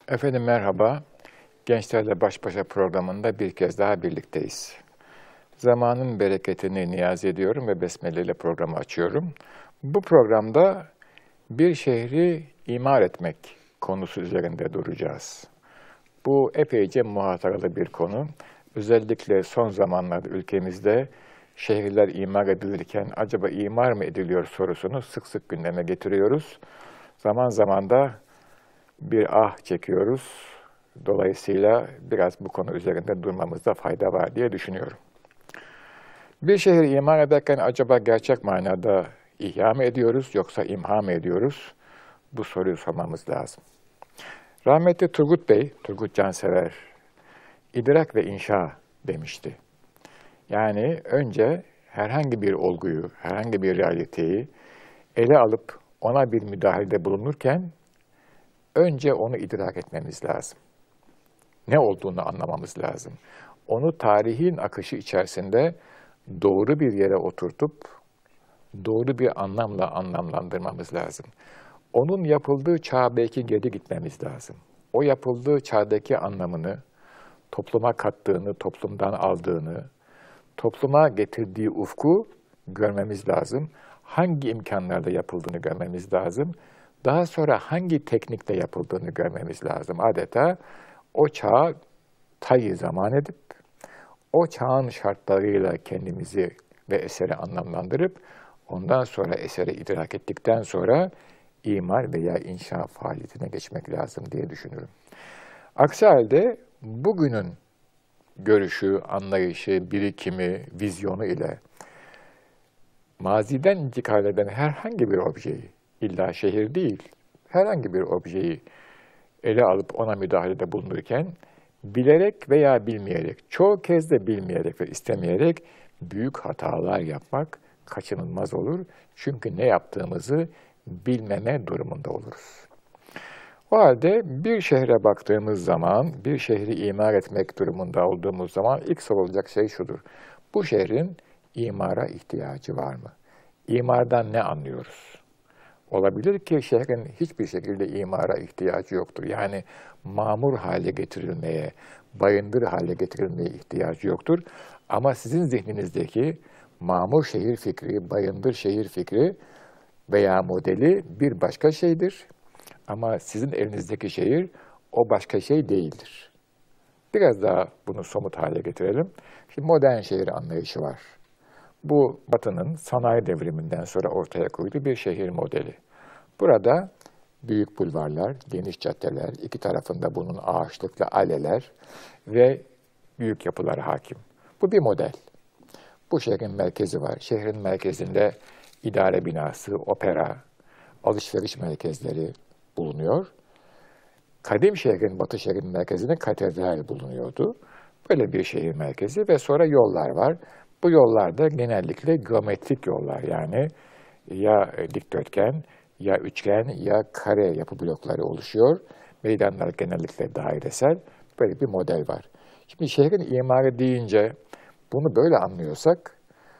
Efendim merhaba. Gençlerle Baş Başa programında bir kez daha birlikteyiz. Zamanın bereketini niyaz ediyorum ve besmele ile programı açıyorum. Bu programda bir şehri imar etmek konusu üzerinde duracağız. Bu epeyce muhataralı bir konu. Özellikle son zamanlarda ülkemizde şehirler imar edilirken acaba imar mı ediliyor sorusunu sık sık gündeme getiriyoruz. Zaman zaman da bir ah çekiyoruz. Dolayısıyla biraz bu konu üzerinde durmamızda fayda var diye düşünüyorum. Bir şehir imar ederken acaba gerçek manada ihya mı ediyoruz yoksa imha mı ediyoruz? Bu soruyu sormamız lazım. Rahmetli Turgut Bey, Turgut Cansever, idrak ve inşa demişti. Yani önce herhangi bir olguyu, herhangi bir realiteyi ele alıp ona bir müdahalede bulunurken önce onu idrak etmemiz lazım. Ne olduğunu anlamamız lazım. Onu tarihin akışı içerisinde doğru bir yere oturtup doğru bir anlamla anlamlandırmamız lazım. Onun yapıldığı çağa belki geri gitmemiz lazım. O yapıldığı çağdaki anlamını, topluma kattığını, toplumdan aldığını, topluma getirdiği ufku görmemiz lazım. Hangi imkanlarda yapıldığını görmemiz lazım. Daha sonra hangi teknikle yapıldığını görmemiz lazım. Adeta o çağı tayyi zaman edip, o çağın şartlarıyla kendimizi ve eseri anlamlandırıp, ondan sonra eseri idrak ettikten sonra imar veya inşa faaliyetine geçmek lazım diye düşünüyorum. Aksi halde bugünün görüşü, anlayışı, birikimi, vizyonu ile maziden intikal eden herhangi bir objeyi, illa şehir değil, herhangi bir objeyi ele alıp ona müdahalede bulunurken bilerek veya bilmeyerek, çoğu kez de bilmeyerek ve istemeyerek büyük hatalar yapmak kaçınılmaz olur. Çünkü ne yaptığımızı bilmeme durumunda oluruz. O halde bir şehre baktığımız zaman, bir şehri imar etmek durumunda olduğumuz zaman ilk sorulacak şey şudur. Bu şehrin imara ihtiyacı var mı? İmardan ne anlıyoruz? Olabilir ki şehrin hiçbir şekilde imara ihtiyacı yoktur. Yani mamur hale getirilmeye, bayındır hale getirilmeye ihtiyacı yoktur. Ama sizin zihninizdeki mamur şehir fikri, bayındır şehir fikri veya modeli bir başka şeydir. Ama sizin elinizdeki şehir o başka şey değildir. Biraz daha bunu somut hale getirelim. Şimdi modern şehir anlayışı var. Bu Batı'nın sanayi devriminden sonra ortaya koyduğu bir şehir modeli. Burada büyük bulvarlar, geniş caddeler, iki tarafında bunun ağaçlıklı aleler ve büyük yapılar hakim. Bu bir model. Bu şehrin merkezi var. Şehrin merkezinde idare binası, opera, alışveriş merkezleri bulunuyor. Kadim şehrin, Batı şehrin merkezinde katedral bulunuyordu. Böyle bir şehir merkezi ve sonra yollar var. Bu yollar da genellikle geometrik yollar, yani ya dikdörtgen, ya üçgen, ya kare yapı blokları oluşuyor. Meydanlar genellikle dairesel. Böyle bir model var. Şimdi şehrin imarı deyince bunu böyle anlıyorsak,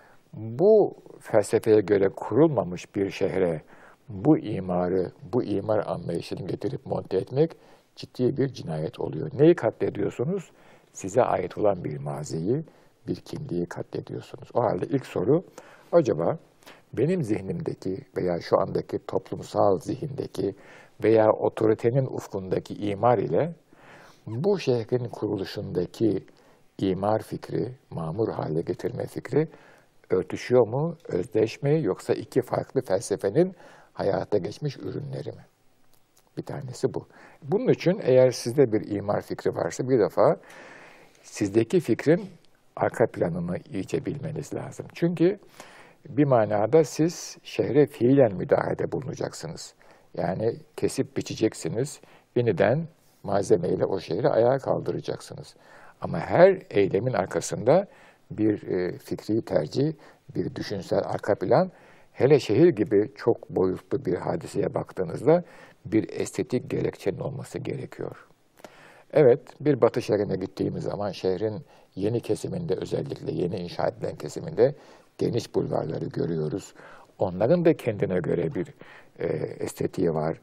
bu felsefeye göre kurulmamış bir şehre bu imarı, bu imar anlayışını getirip monte etmek ciddi bir cinayet oluyor. Neyi katlediyorsunuz? Size ait olan bir maziyi, bir kimliği katlediyorsunuz. O halde ilk soru, acaba benim zihnimdeki veya şu andaki toplumsal zihindeki veya otoritenin ufkundaki imar ile bu şehrin kuruluşundaki imar fikri, mamur hale getirme fikri örtüşüyor mu, özdeş mi, yoksa iki farklı felsefenin hayata geçmiş ürünleri mi? Bir tanesi bu. Bunun için eğer sizde bir imar fikri varsa bir defa sizdeki fikrin arka planını iyice bilmeniz lazım. Çünkü bir manada siz şehre fiilen müdahalede bulunacaksınız. Yani kesip biçeceksiniz, yeniden malzemeyle o şehri ayağa kaldıracaksınız. Ama her eylemin arkasında bir fikri tercih, bir düşünsel arka plan, hele şehir gibi çok boyutlu bir hadiseye baktığınızda bir estetik gerekçenin olması gerekiyor. Evet, bir Batı şehrine gittiğimiz zaman şehrin yeni kesiminde, özellikle yeni inşa edilen kesiminde geniş bulvarları görüyoruz. Onların da kendine göre bir estetiği var.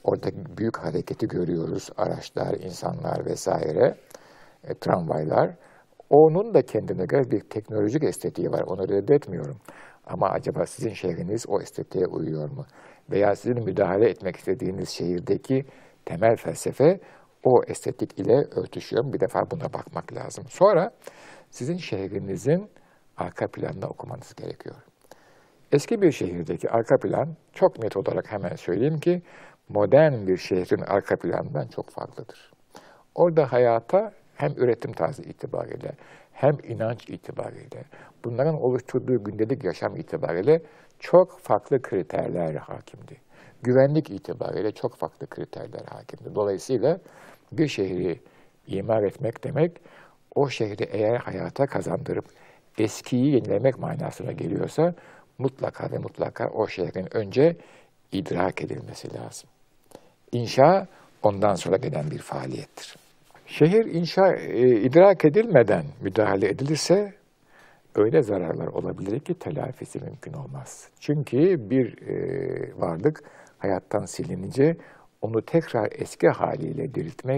Orada büyük hareketi görüyoruz. Araçlar, insanlar vesaire, tramvaylar. Onun da kendine göre bir teknolojik estetiği var. Onu reddetmiyorum. Ama acaba sizin şehriniz o estetiğe uyuyor mu? Veya sizin müdahale etmek istediğiniz şehirdeki temel felsefe o estetik ile örtüşüyor mu? Bir defa buna bakmak lazım. Sonra sizin şehrinizin arka planını okumanız gerekiyor. Eski bir şehirdeki arka plan, çok net olarak hemen söyleyeyim ki, modern bir şehrin arka planından çok farklıdır. Orada hayata hem üretim tarzı itibariyle, hem inanç itibariyle, bunların oluşturduğu gündelik yaşam itibariyle çok farklı kriterler hakimdi. Güvenlik itibariyle çok farklı kriterler hakimdi. Dolayısıyla bir şehri imar etmek demek, o şehri eğer hayata kazandırıp eskiyi yenilemek manasına geliyorsa, mutlaka ve mutlaka o şehrin önce idrak edilmesi lazım. İnşa ondan sonra gelen bir faaliyettir. Şehir idrak edilmeden müdahale edilirse öyle zararlar olabilir ki telafisi mümkün olmaz. Çünkü bir varlık hayattan silinince onu tekrar eski haliyle diriltmek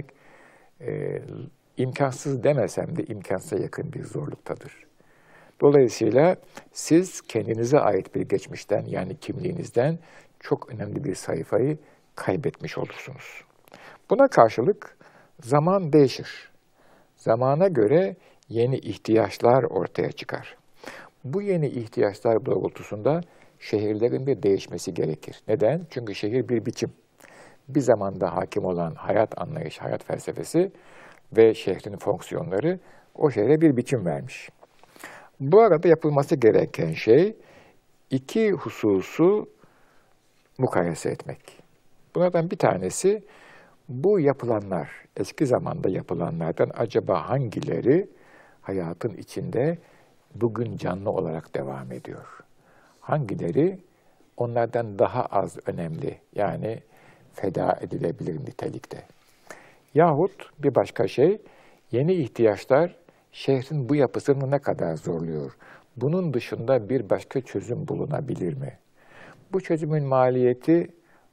imkansız demesem de imkansıza yakın bir zorluktadır. Dolayısıyla siz kendinize ait bir geçmişten, yani kimliğinizden çok önemli bir sayfayı kaybetmiş olursunuz. Buna karşılık zaman değişir. Zamana göre yeni ihtiyaçlar ortaya çıkar. Bu yeni ihtiyaçlar doğrultusunda şehirlerin de değişmesi gerekir. Neden? Çünkü şehir bir biçim. Bir zamanda hakim olan hayat anlayışı, hayat felsefesi ve şehrin fonksiyonları o şehre bir biçim vermiş. Bu arada yapılması gereken şey iki hususu mukayese etmek. Bunlardan bir tanesi, bu yapılanlar, eski zamanda yapılanlardan acaba hangileri hayatın içinde bugün canlı olarak devam ediyor? Hangileri onlardan daha az önemli, yani feda edilebilir nitelikte? Yahut bir başka şey, yeni ihtiyaçlar şehrin bu yapısını ne kadar zorluyor? Bunun dışında bir başka çözüm bulunabilir mi? Bu çözümün maliyeti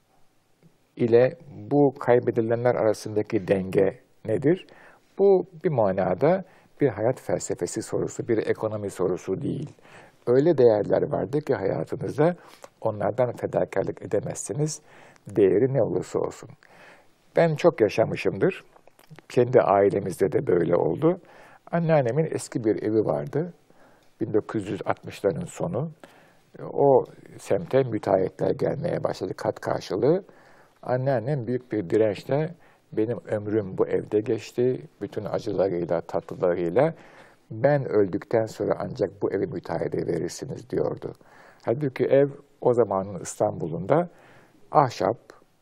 ile bu kaybedilenler arasındaki denge nedir? Bu bir manada bir hayat felsefesi sorusu, bir ekonomi sorusu değil. Öyle değerler vardır ki hayatınızda onlardan fedakarlık edemezsiniz, değeri ne olursa olsun. Ben çok yaşamışımdır. Kendi ailemizde de böyle oldu. Anneannemin eski bir evi vardı. 1960'ların sonu. O semte müteahhitler gelmeye başladı kat karşılığı. Anneannem büyük bir dirençle benim ömrüm bu evde geçti. Bütün acılarıyla, tatlılarıyla. Ben öldükten sonra ancak bu evi müteahhide verirsiniz diyordu. Halbuki ev o zamanın İstanbul'unda ahşap,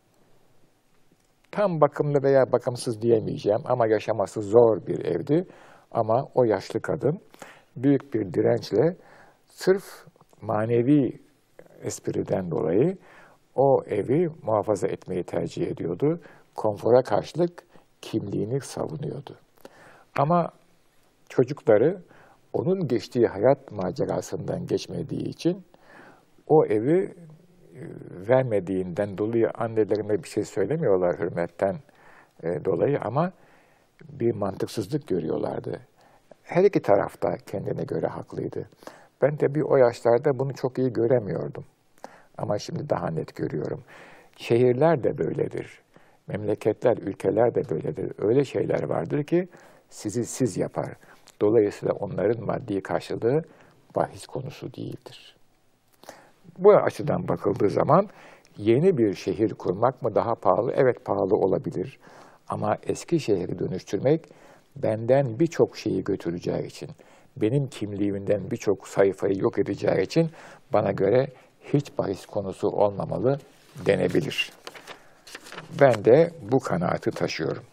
tam bakımlı veya bakımsız diyemeyeceğim ama yaşaması zor bir evdi. Ama o yaşlı kadın büyük bir dirençle sırf manevi espriden dolayı o evi muhafaza etmeyi tercih ediyordu. Konfora karşılık kimliğini savunuyordu. Ama çocukları onun geçtiği hayat macerasından geçmediği için o evi vermediğinden dolayı annelerine bir şey söylemiyorlar hürmetten dolayı ama bir mantıksızlık görüyorlardı. Her iki taraf da kendine göre haklıydı. Ben tabii o yaşlarda bunu çok iyi göremiyordum. Ama şimdi daha net görüyorum. Şehirler de böyledir. Memleketler, ülkeler de böyledir. Öyle şeyler vardır ki sizi siz yapar. Dolayısıyla onların maddi karşılığı bahis konusu değildir. Bu açıdan bakıldığı zaman yeni bir şehir kurmak mı daha pahalı? Evet, pahalı olabilir. Ama eski şehri dönüştürmek benden birçok şeyi götüreceği için, benim kimliğimden birçok sayfayı yok edeceği için bana göre hiç bahis konusu olmamalı denebilir. Ben de bu kanaati taşıyorum.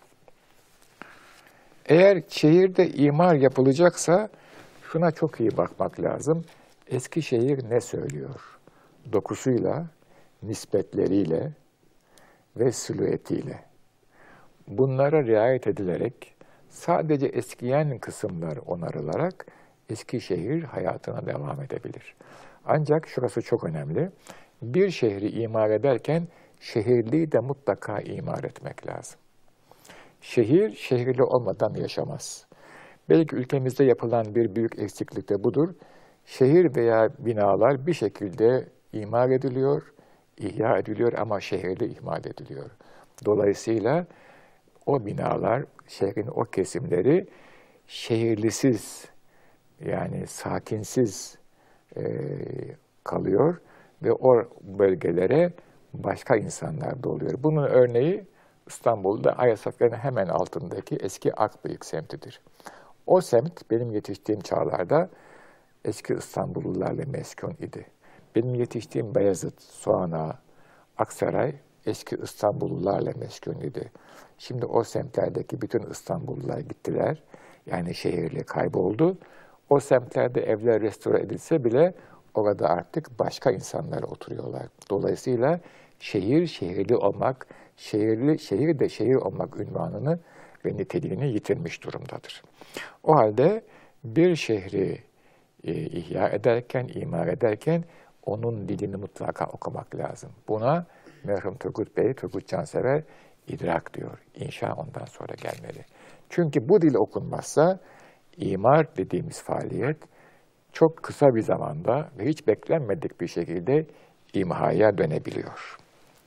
Eğer şehirde imar yapılacaksa şuna çok iyi bakmak lazım. Eskişehir ne söylüyor? Dokusuyla, nispetleriyle ve silüetiyle. Bunlara riayet edilerek, sadece eskiyen kısımlar onarılarak Eskişehir hayatına devam edebilir. Ancak şurası çok önemli. Bir şehri imar ederken şehirliği de mutlaka imar etmek lazım. Şehir, şehirli olmadan yaşamaz. Belki ülkemizde yapılan bir büyük eksiklik de budur. Şehir veya binalar bir şekilde imar ediliyor, ihya ediliyor ama şehirli ihmal ediliyor. Dolayısıyla o binalar, şehrin o kesimleri şehirlisiz, yani sakinsiz kalıyor ve o bölgelere başka insanlar doluyor. Bunun örneği İstanbul'da Ayasofya'nın hemen altındaki eski Akbıyık semtidir. O semt benim yetiştiğim çağlarda eski İstanbullularla meskun idi. Benim yetiştiğim Beyazıt, Soğanağı, Aksaray eski İstanbullularla meskun idi. Şimdi o semtlerdeki bütün İstanbullular gittiler. Yani şehirli kayboldu. O semtlerde evler restore edilse bile orada artık başka insanlar oturuyorlar. Dolayısıyla şehir şehirli olmak, şehir de şehir olmak unvanını ve niteliğini yitirmiş durumdadır. O halde bir şehri ihya ederken, imar ederken onun dilini mutlaka okumak lazım. Buna merhum Turgut Bey, Turgut Cansever idrak diyor. İnşa ondan sonra gelmeli. Çünkü bu dil okunmazsa imar dediğimiz faaliyet çok kısa bir zamanda ve hiç beklenmedik bir şekilde imhaya dönebiliyor.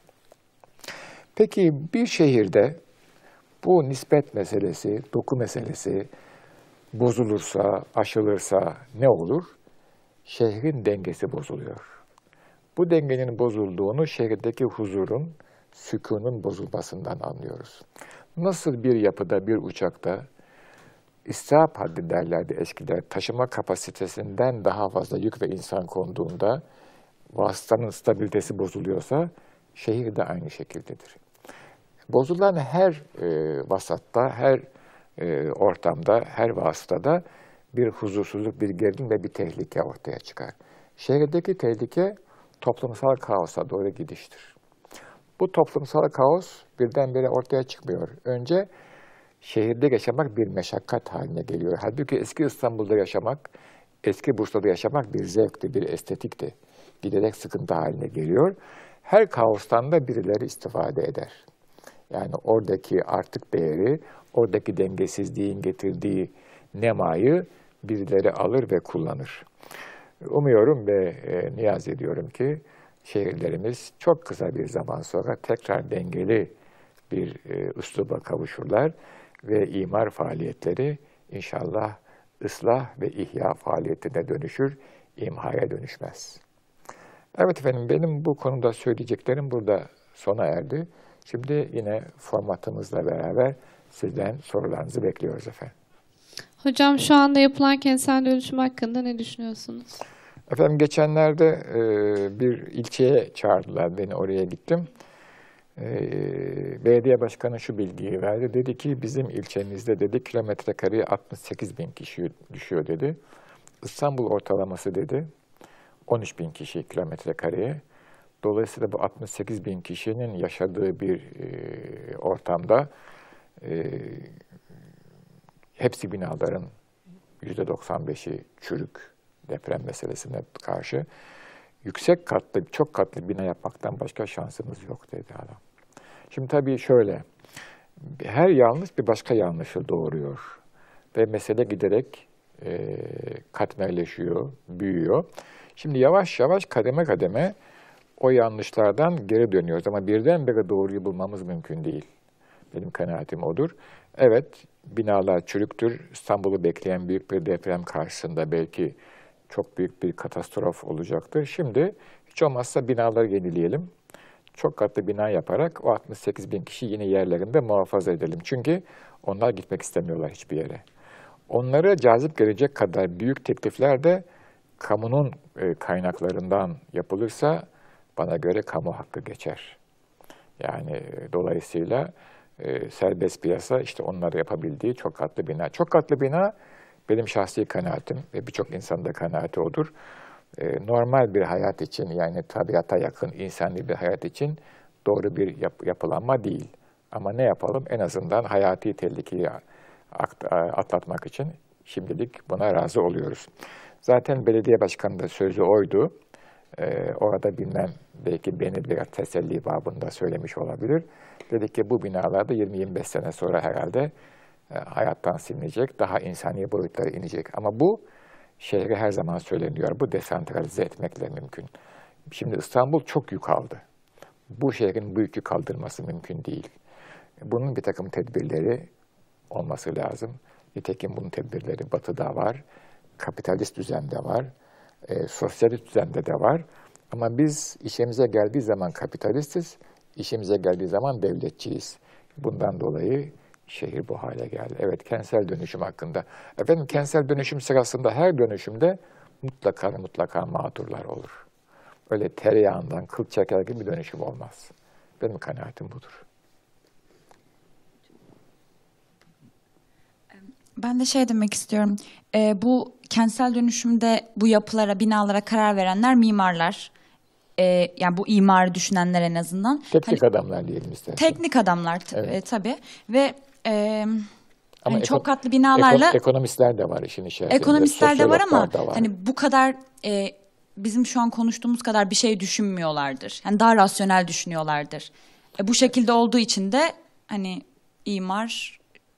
Peki bir şehirde bu nispet meselesi, doku meselesi bozulursa, aşılırsa ne olur? Şehrin dengesi bozuluyor. Bu dengenin bozulduğunu şehirdeki huzurun, sükunun bozulmasından anlıyoruz. Nasıl bir yapıda, bir uçakta istihap haddi derlerdi eskiler, taşıma kapasitesinden daha fazla yük ve insan konduğunda vasıtanın stabilitesi bozuluyorsa şehir de aynı şekildedir. Bozulan her vasatta, her ortamda, her vasıtada bir huzursuzluk, bir gerilim ve bir tehlike ortaya çıkar. Şehirdeki tehlike toplumsal kaosa doğru gidiştir. Bu toplumsal kaos birdenbire ortaya çıkmıyor. Önce şehirde yaşamak bir meşakkat haline geliyor. Halbuki eski İstanbul'da yaşamak, eski Bursa'da yaşamak bir zevkti, bir estetikti. Giderek sıkıntı haline geliyor. Her kaostan da birileri istifade eder. Yani oradaki artık değeri, oradaki dengesizliğin getirdiği nemayı birileri alır ve kullanır. Umuyorum ve niyaz ediyorum ki şehirlerimiz çok kısa bir zaman sonra tekrar dengeli bir üsluba kavuşurlar ve imar faaliyetleri inşallah ıslah ve ihya faaliyetine dönüşür, imhaya dönüşmez. Evet efendim, benim bu konuda söyleyeceklerim burada sona erdi. Şimdi yine formatımızla beraber sizden sorularınızı bekliyoruz efendim. Hocam şu anda yapılan kentsel dönüşüm hakkında ne düşünüyorsunuz? Efendim geçenlerde bir ilçeye çağırdılar, beni oraya gittim. Belediye başkanı şu bilgiyi verdi. Dedi ki bizim ilçemizde dedi kilometre kareye 68 bin kişi düşüyor dedi. İstanbul ortalaması dedi 13 bin kişi kilometre kareye. Dolayısıyla bu 68 bin kişinin yaşadığı bir ortamda hepsi binaların %95'i çürük deprem meselesine karşı. Yüksek katlı, çok katlı bina yapmaktan başka şansımız yok dedi adam. Şimdi tabii şöyle, her yanlış bir başka yanlışı doğuruyor. Ve mesele giderek katmerleşiyor, büyüyor. Şimdi yavaş yavaş kademe kademe o yanlışlardan geri dönüyoruz. Ama birdenbire doğruyu bulmamız mümkün değil. Benim kanaatim odur. Evet, binalar çürüktür. İstanbul'u bekleyen büyük bir deprem karşısında belki çok büyük bir katastrof olacaktır. Şimdi hiç olmazsa binaları yenileyelim. Çok katlı bina yaparak o 68 bin kişi yine yerlerinde muhafaza edelim. Çünkü onlar gitmek istemiyorlar hiçbir yere. Onlara cazip gelecek kadar büyük teklifler de kamunun kaynaklarından yapılırsa bana göre kamu hakkı geçer. Yani dolayısıyla serbest piyasa işte onları yapabildiği çok katlı bina. Çok katlı bina benim şahsi kanaatim ve birçok insanın da kanaati odur. Normal bir hayat için yani tabiata yakın insani bir hayat için doğru bir yapılanma değil. Ama ne yapalım? En azından hayati tehlikeyi atlatmak için şimdilik buna razı oluyoruz. Zaten belediye başkanı da sözü oydu. Orada bilmem belki beni biraz teselli babında söylemiş olabilir. Dedik ki bu binalarda 20-25 sene sonra herhalde hayattan silinecek, daha insani boyutlara inecek. Ama bu şehre her zaman söyleniyor. Bu desantralize etmekle mümkün. Şimdi İstanbul çok yük aldı. Bu şehrin bu yükü kaldırması mümkün değil. Bunun bir takım tedbirleri olması lazım. Nitekim bunun tedbirleri Batı'da var, kapitalist düzende var, sosyalist düzende de var. Ama biz işimize geldiği zaman kapitalistiz, işimize geldiği zaman devletçiyiz. Bundan dolayı şehir bu hale geldi. Evet, kentsel dönüşüm hakkında. Efendim, kentsel dönüşüm sırasında her dönüşümde mutlaka mağdurlar olur. Öyle tereyağından kıl çeker gibi bir dönüşüm olmaz. Benim kanaatim budur. Ben de şey demek istiyorum. Bu kentsel dönüşümde bu yapılara, binalara karar verenler mimarlar. Yani bu imarı düşünenler en azından. Teknik adamlar diyelim istersen. Teknik adamlar Evet. tabii. Ve Ama hani çok katlı binalarla ekonomistler de var işin içerisinde. ekonomistler de var ama sosyologlar da var. hani bu kadar bizim şu an konuştuğumuz kadar bir şey düşünmüyorlardır. Yani daha rasyonel düşünüyorlardır. Bu şekilde olduğu için de hani imar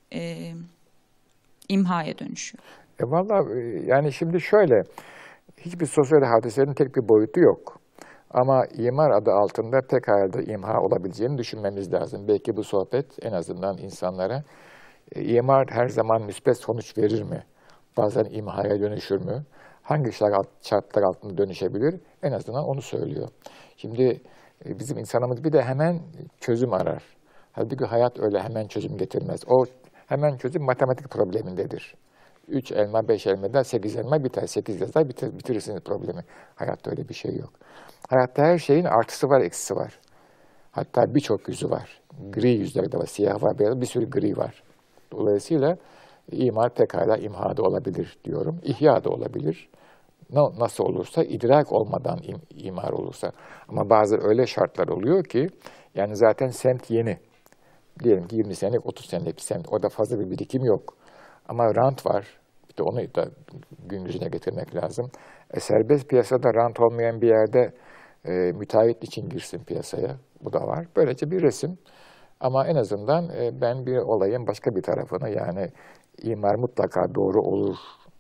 imhaya dönüşüyor. Vallahi yani şimdi şöyle, hiçbir sosyal hadisenin tek bir boyutu yok. Ama imar adı altında pekala imha olabileceğini düşünmemiz lazım. Belki bu sohbet en azından insanlara imar her zaman müspet sonuç verir mi? Bazen imhaya dönüşür mü? Hangi şartlar altında dönüşebilir? En azından onu söylüyor. Şimdi bizim insanımız bir de hemen çözüm arar. Halbuki hayat öyle hemen çözüm getirmez. O hemen çözüm matematik problemindedir. 3 elma, 5 elmadan 8 elma biter. 8 yazar bitirirsiniz problemi. Hayatta öyle bir şey yok. Hayatta her şeyin artısı var, eksisi var. Hatta birçok yüzü var. Gri yüzleri de var, siyah var, beyaz, bir sürü gri var. Dolayısıyla imar pekala imha da olabilir diyorum. İhya da olabilir. Nasıl olursa, idrak olmadan imar olursa. Ama bazı öyle şartlar oluyor ki, yani zaten semt yeni. Diyelim ki 20 senelik, 30 senelik bir semt. Orada fazla bir birikim yok. Ama rant var. Bir de onu da gün yüzüne getirmek lazım. Serbest piyasada rant olmayan bir yerde müteahhit için girsin piyasaya. Bu da var. Böylece bir resim. Ama en azından ben bir olayın başka bir tarafını, yani imar mutlaka doğru olur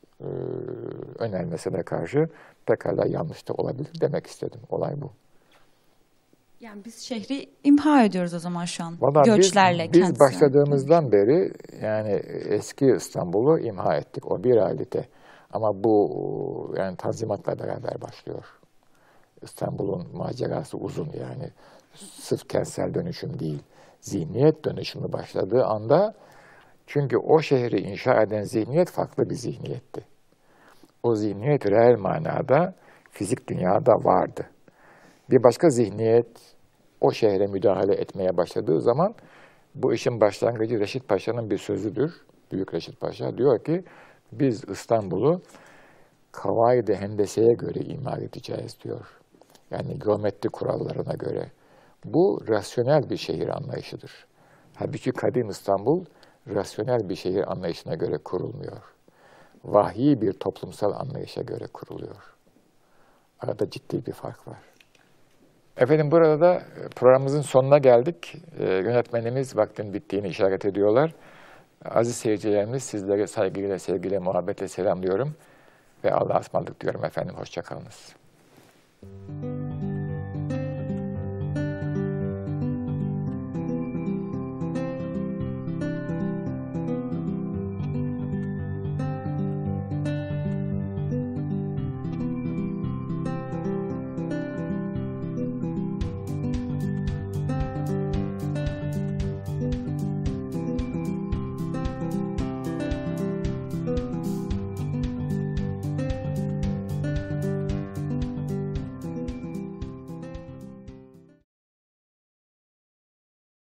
önermesine karşı pekala yanlış da olabilir demek istedim. Olay bu. Yani biz şehri imha ediyoruz o zaman şu an. Vallahi Göçlerle, biz başladığımızdan beri yani eski İstanbul'u imha ettik. O bir realite. Ama bu yani Tanzimat'la beraber başlıyor. İstanbul'un macerası uzun yani. Sırf kentsel dönüşüm değil. Zihniyet dönüşümü başladığı anda, çünkü o şehri inşa eden zihniyet farklı bir zihniyetti. O zihniyet reel manada fizik dünyada vardı. Bir başka zihniyet o şehre müdahale etmeye başladığı zaman, bu işin başlangıcı Reşit Paşa'nın bir sözüdür. Büyük Reşit Paşa diyor ki, biz İstanbul'u kavaid-i hendeseye göre imar edeceğiz diyor. Yani geometri kurallarına göre. Bu rasyonel bir şehir anlayışıdır. Halbuki kadim İstanbul rasyonel bir şehir anlayışına göre kurulmuyor. Vahyi bir toplumsal anlayışa göre kuruluyor. Arada ciddi bir fark var. Efendim, burada da programımızın sonuna geldik. Yönetmenimiz vaktin bittiğini işaret ediyorlar. Aziz seyircilerimiz, sizlere saygıyla, sevgiyle, muhabbetle selamlıyorum. Ve Allah'a ısmarladık diyorum efendim. Hoşça kalınız.